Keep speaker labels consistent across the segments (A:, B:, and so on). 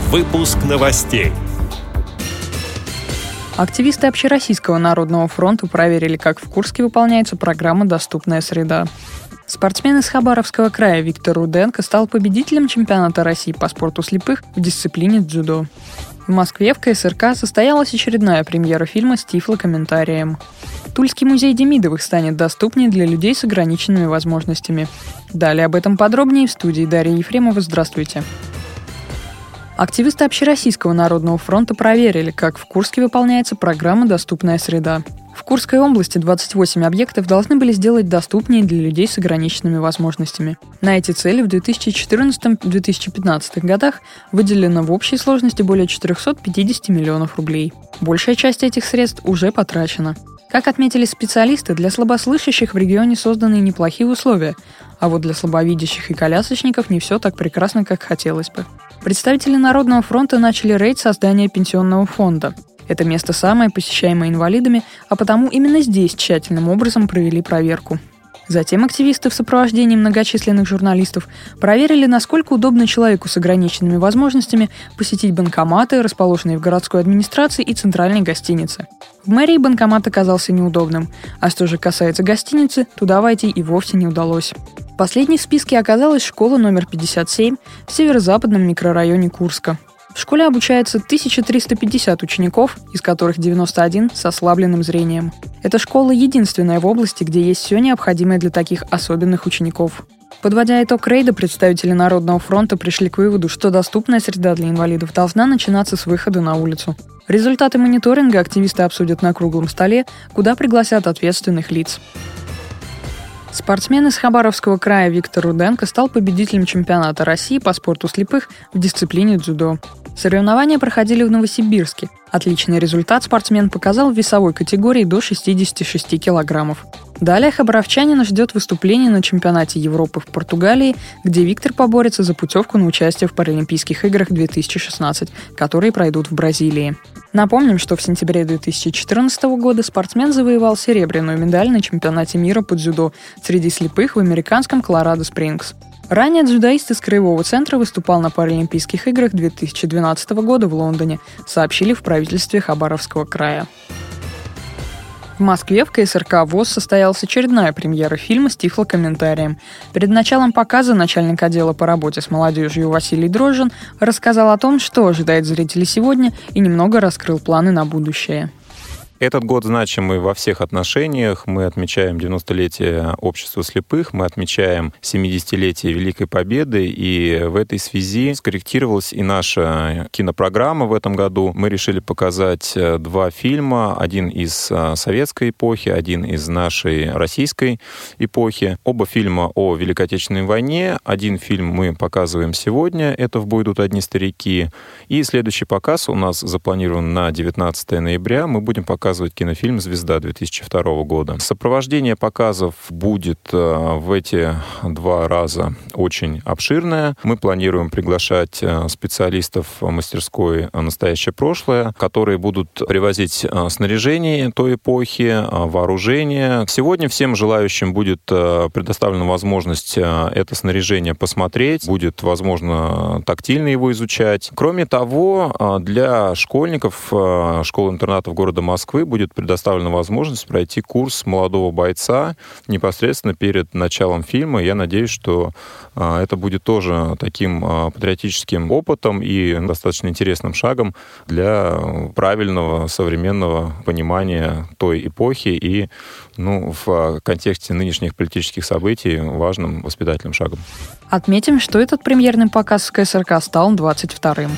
A: Выпуск новостей.
B: Активисты Общероссийского народного фронта проверили, как в Курске выполняется программа «Доступная среда». Спортсмен из Хабаровского края Виктор Руденко стал победителем чемпионата России по спорту слепых в дисциплине дзюдо. В Москве в КСРК состоялась очередная премьера фильма с тифлокомментарием. Тульский музей Демидовых станет доступнее для людей с ограниченными возможностями. Далее об этом подробнее в студии Дарья Ефремова. Здравствуйте. Активисты Общероссийского народного фронта проверили, как в Курске выполняется программа «Доступная среда». В Курской области 28 объектов должны были сделать доступнее для людей с ограниченными возможностями. На эти цели в 2014-2015 годах выделено в общей сложности более 450 миллионов рублей. Большая часть этих средств уже потрачена. Как отметили специалисты, для слабослышащих в регионе созданы неплохие условия, а вот для слабовидящих и колясочников не все так прекрасно, как хотелось бы. Представители Народного фронта начали рейд создания пенсионного фонда. Это место самое посещаемое инвалидами, а потому именно здесь тщательным образом провели проверку. Затем активисты в сопровождении многочисленных журналистов проверили, насколько удобно человеку с ограниченными возможностями посетить банкоматы, расположенные в городской администрации и центральной гостинице. В мэрии банкомат оказался неудобным, а что же касается гостиницы, туда войти и вовсе не удалось. Последней в списке оказалась школа номер 57 в северо-западном микрорайоне Курска. В школе обучается 1350 учеников, из которых 91 с ослабленным зрением. Эта школа единственная в области, где есть все необходимое для таких особенных учеников. Подводя итог рейда, представители Народного фронта пришли к выводу, что доступная среда для инвалидов должна начинаться с выхода на улицу. Результаты мониторинга активисты обсудят на круглом столе, куда пригласят ответственных лиц. Спортсмен из Хабаровского края Виктор Руденко стал победителем чемпионата России по спорту слепых в дисциплине дзюдо. Соревнования проходили в Новосибирске. Отличный результат спортсмен показал в весовой категории до 66 килограммов. Далее хабаровчанина ждет выступление на чемпионате Европы в Португалии, где Виктор поборется за путевку на участие в Паралимпийских играх 2016, которые пройдут в Бразилии. Напомним, что в сентябре 2014 года спортсмен завоевал серебряную медаль на чемпионате мира по дзюдо среди слепых в американском Колорадо-Спрингс. Ранее дзюдоист из краевого центра выступал на Паралимпийских играх 2012 года в Лондоне, сообщили в правительстве Хабаровского края. В Москве в КСРК ВОС состоялась очередная премьера фильма с тифлокомментарием. Перед началом показа начальник отдела по работе с молодежью Василий Дрожжин рассказал о том, что ожидает зрителей сегодня, и немного раскрыл планы на будущее.
C: Этот год значимый во всех отношениях. Мы отмечаем 90-летие общества слепых, мы отмечаем 70-летие Великой Победы, и в этой связи скорректировалась и наша кинопрограмма в этом году. Мы решили показать два фильма, один из советской эпохи, один из нашей российской эпохи. Оба фильма о Великой Отечественной войне. Один фильм мы показываем сегодня, это «В бой идут одни старики». И следующий показ у нас запланирован на 19 ноября. Мы будем показывать кинофильм «Звезда» 2002 года. Сопровождение показов будет в эти два раза очень обширное. Мы планируем приглашать специалистов мастерской «Настоящее прошлое», которые будут привозить снаряжение той эпохи, вооружение. Сегодня всем желающим будет предоставлена возможность это снаряжение посмотреть, будет возможно тактильно его изучать. Кроме того, для школьников школ-интернатов города Москвы будет предоставлена возможность пройти курс молодого бойца непосредственно перед началом фильма. Я надеюсь, что это будет тоже таким патриотическим опытом и достаточно интересным шагом для правильного современного понимания той эпохи и, в контексте нынешних политических событий важным воспитательным шагом.
B: Отметим, что этот премьерный показ в КСРК стал 22-м.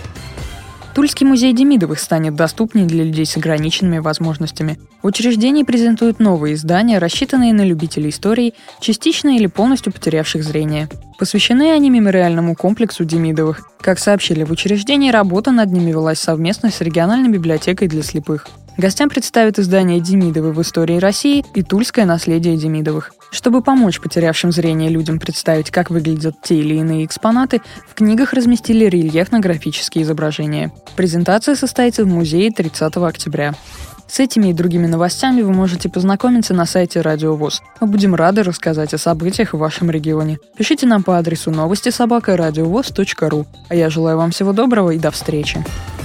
B: Тульский музей Демидовых станет доступнее для людей с ограниченными возможностями. В учреждении презентуют новые издания, рассчитанные на любителей истории, частично или полностью потерявших зрение. Посвящены они мемориальному комплексу Демидовых. Как сообщили в учреждении, работа над ними велась совместно с региональной библиотекой для слепых. Гостям представят издание «Демидовы в истории России» и «Тульское наследие Демидовых». Чтобы помочь потерявшим зрение людям представить, как выглядят те или иные экспонаты, в книгах разместили рельефно-графические изображения. Презентация состоится в музее 30 октября. С этими и другими новостями вы можете познакомиться на сайте Радио ВОС. Мы будем рады рассказать о событиях в вашем регионе. Пишите нам по адресу новости@радиовос.ру. А я желаю вам всего доброго и до встречи.